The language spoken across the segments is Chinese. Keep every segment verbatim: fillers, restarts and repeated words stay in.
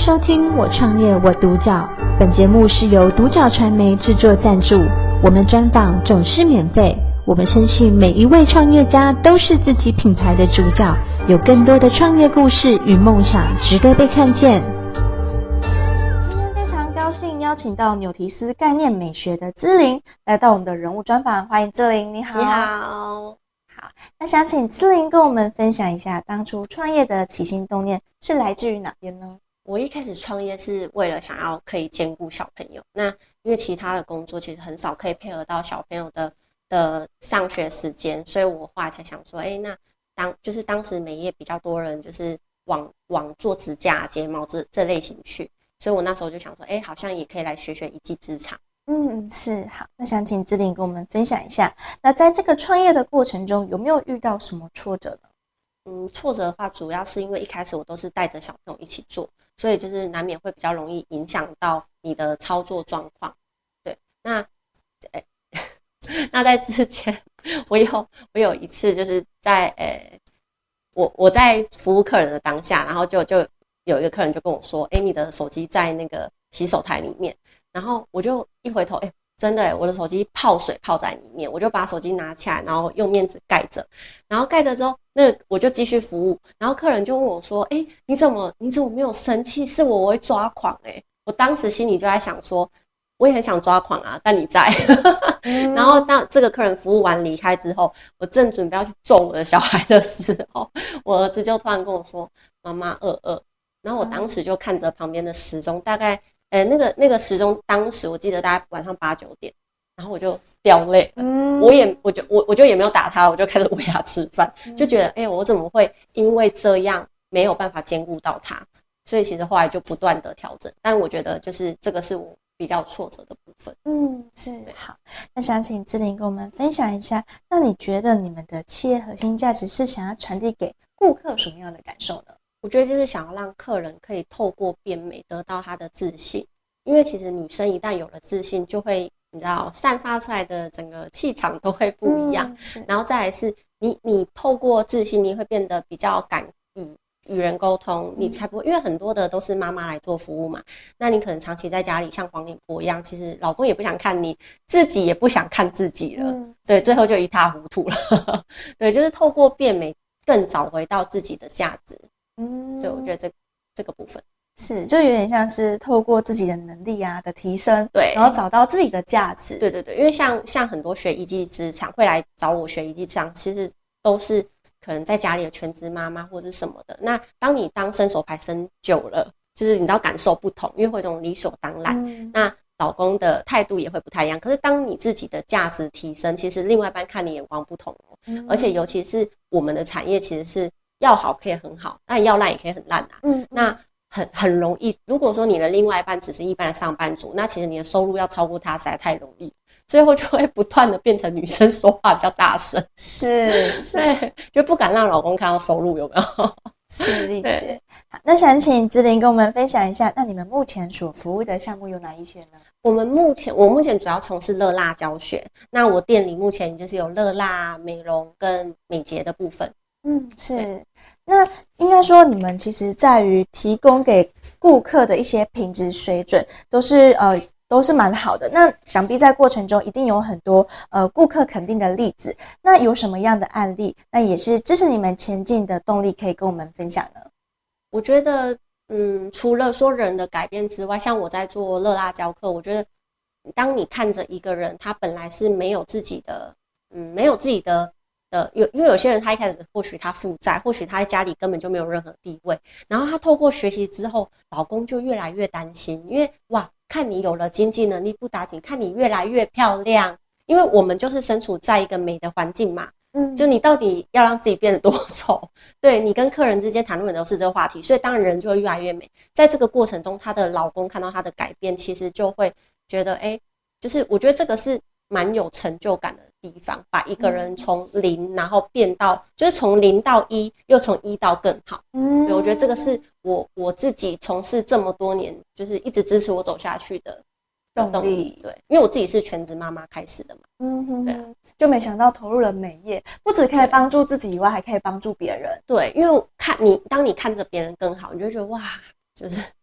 收听我创业我独角，本节目是由独角传媒制作赞助，我们专访总是免费，我们深信每一位创业家都是自己品牌的主角，有更多的创业故事与梦想值得被看见。 今天非常高兴邀请到纽提斯概念美学的姿玲来到我们的人物专访，欢迎姿玲。你好。 你好。 好，那想请姿玲跟我们分享一下当初创业的起心动念是来自于哪边呢？ 我一开始创业是为了想要可以兼顾小朋友，那因为其他的工作其实很少可以配合到小朋友的的上学时间，所以我后来才想说，哎，那当就是当时美业比较多人就是往往做指甲、睫毛这这类型去，所以我那时候就想说，哎，好像也可以来学学一技之长。 嗯，是。好，那想请姿玲跟我们分享一下，那在这个创业的过程中有没有遇到什么挫折呢？ 嗯，挫折的话，主要是因为一开始我都是带着小朋友一起做，所以就是难免会比较容易影响到你的操作状况。对，那，诶那在之前，我有我有一次就是在诶，我我在服务客人的当下，然后就就有一个客人就跟我说，诶，你的手机在那个洗手台里面，然后我就一回头，诶。真的耶，我的手机泡水泡在里面，我就把手机拿起来，然后用面纸盖着，然后盖着之后，那我就继续服务，然后客人就问我说，哎，你怎么你怎么没有生气？是我我会抓狂哎，我当时心里就在想说，我也很想抓狂啊，但你在，然后当这个客人服务完离开之后，我正准备要去揍我的小孩的时候，我儿子就突然跟我说，妈妈饿饿，然后我当时就看着旁边的时钟，大概。诶那个那个时钟当时我记得大概晚上八九点，然后我就掉泪了，嗯、我也我就我我就也没有打他，我就开始喂他吃饭，嗯、就觉得哎我怎么会因为这样没有办法兼顾到他，所以其实后来就不断的调整，但我觉得就是这个是我比较挫折的部分。 嗯，是。好，那想请姿玲跟我们分享一下，那你觉得你们的企业核心价值是想要传递给顾客什么样的感受呢？ 我觉得就是想要让客人可以透过变美得到他的自信，因为其实女生一旦有了自信，就会你知道散发出来的整个气场都会不一样，嗯、然后再来是你你透过自信，你会变得比较敢与与人沟通，你才不会，因为很多的都是妈妈来做服务嘛，那你可能长期在家里像黄脸婆一样，其实老公也不想看你，自己也不想看自己了，嗯、对，最后就一塌糊涂了，对，就是透过变美更找回到自己的价值。嗯，对，我觉得这这个部分是，就有点像是透过自己的能力啊的提升， 对， 然后找到自己的价值。 对对对，因为像像很多学一技之长会来找我学一技之长，其实都是可能在家里的全职妈妈或者什么的。那当你当伸手牌伸久了，就是你知道感受不同，因为会有种理所当然。嗯、那老公的态度也会不太一样。可是当你自己的价值提升，其实另外一半看你眼光不同哦。嗯、而且尤其是我们的产业其实是。要好可以很好，但要烂也可以很烂啊。嗯，那很很容易。如果说你的另外一半只是一般的上班族，那其实你的收入要超过他实在太容易，最后就会不断的变成女生说话比较大声。 是， 对，就不敢让老公看到收入，有没有？ 是，理解。好，那想请姿玲跟我们分享一下，那你们目前所服务的项目有哪一些呢？ 我们目前，我目前主要从事热蜡教学，那我店里目前就是有热蜡、美容跟美睫的部分。 嗯，是。那应该说你们其实在于提供给顾客的一些品质水准都是呃都是蛮好的。那想必在过程中一定有很多呃顾客肯定的例子。那有什么样的案例，那也是支持你们前进的动力，可以跟我们分享呢？ 我觉得，嗯，除了说人的改变之外，像我在做热蜡教课，我觉得当你看着一个人，他本来是没有自己的，嗯，没有自己的。呃，有因为有些人他一开始或许他负债，或许他在家里根本就没有任何地位，然后他透过学习之后，老公就越来越担心，因为哇，看你有了经济能力不打紧，看你越来越漂亮，因为我们就是身处在一个美的环境嘛，嗯，就你到底要让自己变得多丑，对你跟客人之间谈论的都是这个话题，所以当然人就会越来越美，在这个过程中，她的老公看到她的改变，其实就会觉得，哎，就是我觉得这个是蛮有成就感的地方，把一个人从零然后变到就是从零到一，又从一到更好。嗯，对，我觉得这个是我我自己从事这么多年，就是一直支持我走下去的动力。对，因为我自己是全职妈妈开始的嘛。 嗯哼，对、啊，就没想到投入了美业，不只可以帮助自己以外，还可以帮助别人。 对，因为看你当你看着别人更好，你就觉得哇，就是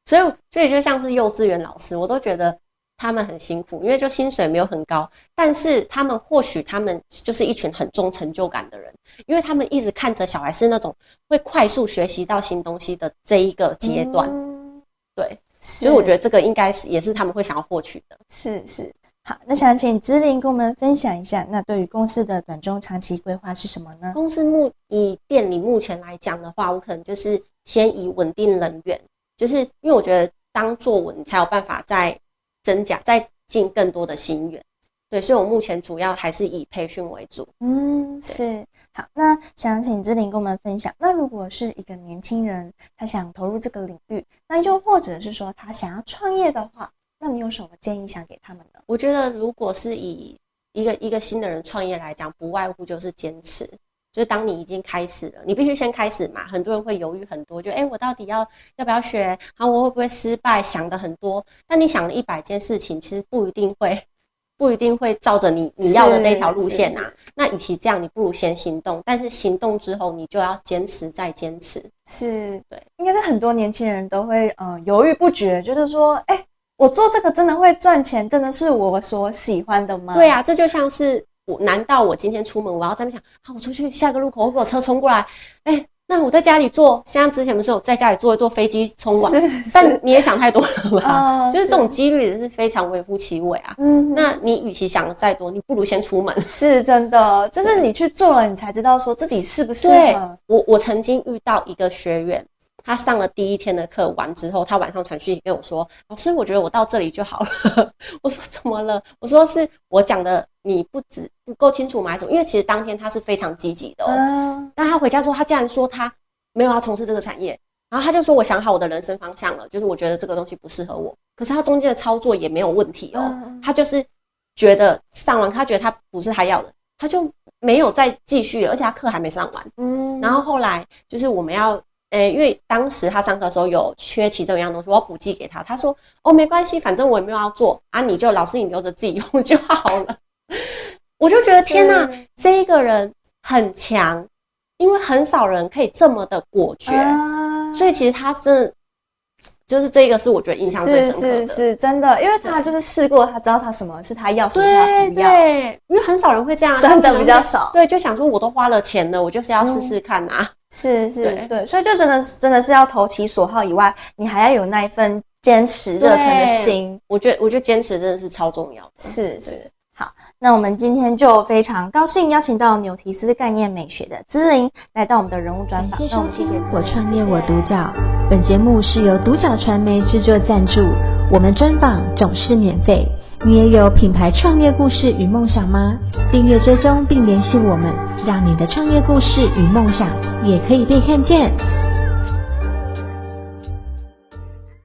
所以所以就像是幼稚园老师，我都觉得他们很辛苦，因为就薪水没有很高，但是他们或许他们就是一群很重成就感的人，因为他们一直看着小孩是那种会快速学习到新东西的这一个阶段，嗯、对，所以我觉得这个应该是也是他们会想要获取的。 是是。好，那想请芝绫跟我们分享一下，那对于公司的短中长期规划是什么呢？ 公司目以店里目前来讲的话，我可能就是先以稳定人员，就是因为我觉得当做稳才有办法再增加、再进更多的新员。对，所以我目前主要还是以培训为主。 嗯，是。好，那想请芝绫跟我们分享，那如果是一个年轻人，他想投入这个领域，那又或者是说他想要创业的话，那你有什么建议想给他们呢？ 我觉得如果是以一个一个新的人创业来讲，不外乎就是坚持。就是当你已经开始了，你必须先开始嘛。很多人会犹豫很多，就哎，我到底要要不要学？好，我会不会失败？想的很多。但你想了一百件事情，其实不一定会不一定会照着你你要的这条路线啊。那与其这样，你不如先行动。但是行动之后，你就要坚持再坚持。 是，对，应该是很多年轻人都会呃犹豫不决，就是说，哎。我做这个真的会赚钱，真的是我所喜欢的吗？ 对啊，这就像是我，难道我今天出门我要在那边想，好、啊，我出去下个路口会不会有车冲过来？哎，那我在家里坐，像之前不是有在家里坐一坐飞机冲完，但你也想太多了吧？哦、就是这种几率是非常微乎其微啊。嗯，那你与其想的再多，你不如先出门。 是真的，就是你去做了，你才知道说自己适不适合。 对，我我曾经遇到一个学员。他上了第一天的课完之后，他晚上传讯息跟我说：“老师，我觉得我到这里就好了。”我说：“怎么了？”我说：“是我讲的你不止不够清楚吗？还是什么？”因为其实当天他是非常积极的哦。嗯、但他回家之后，他竟然说他没有要从事这个产业，然后他就说：“我想好我的人生方向了，就是我觉得这个东西不适合我。”可是他中间的操作也没有问题哦，嗯、他就是觉得上完，他觉得他不是他要的，他就没有再继续了，而且他课还没上完。嗯，然后后来就是我们要。诶，因为当时他上课的时候有缺其中一样东西，我要补寄给他。他说：“哦，没关系，反正我也没有要做啊，你就老师你留着自己用就好了。”我就觉得天哪，这一个人很强，因为很少人可以这么的果决，啊、所以其实他是就是这个是我觉得印象最深刻的， 是是是真的，因为他就是试过，他知道他什么是他要，什么是他不要。 对，因为很少人会这样， 真的比较少。 对，就想说我都花了钱了，我就是要试试看啊。嗯是是 对, 对，所以就真的真的是要投其所好以外，你还要有那一份坚持热忱的心。 我觉得我觉得坚持真的是超重要的。 是是。好，那我们今天就非常高兴邀请到纽提斯概念美学的芝绫来到我们的人物专访。那我们谢谢芝绫。 我创业我独角，本节目是由独角传媒制作赞助，我们专访总是免费。你也有品牌创业故事与梦想吗？订阅追踪并联系我们，让你的创业故事与梦想也可以被看见。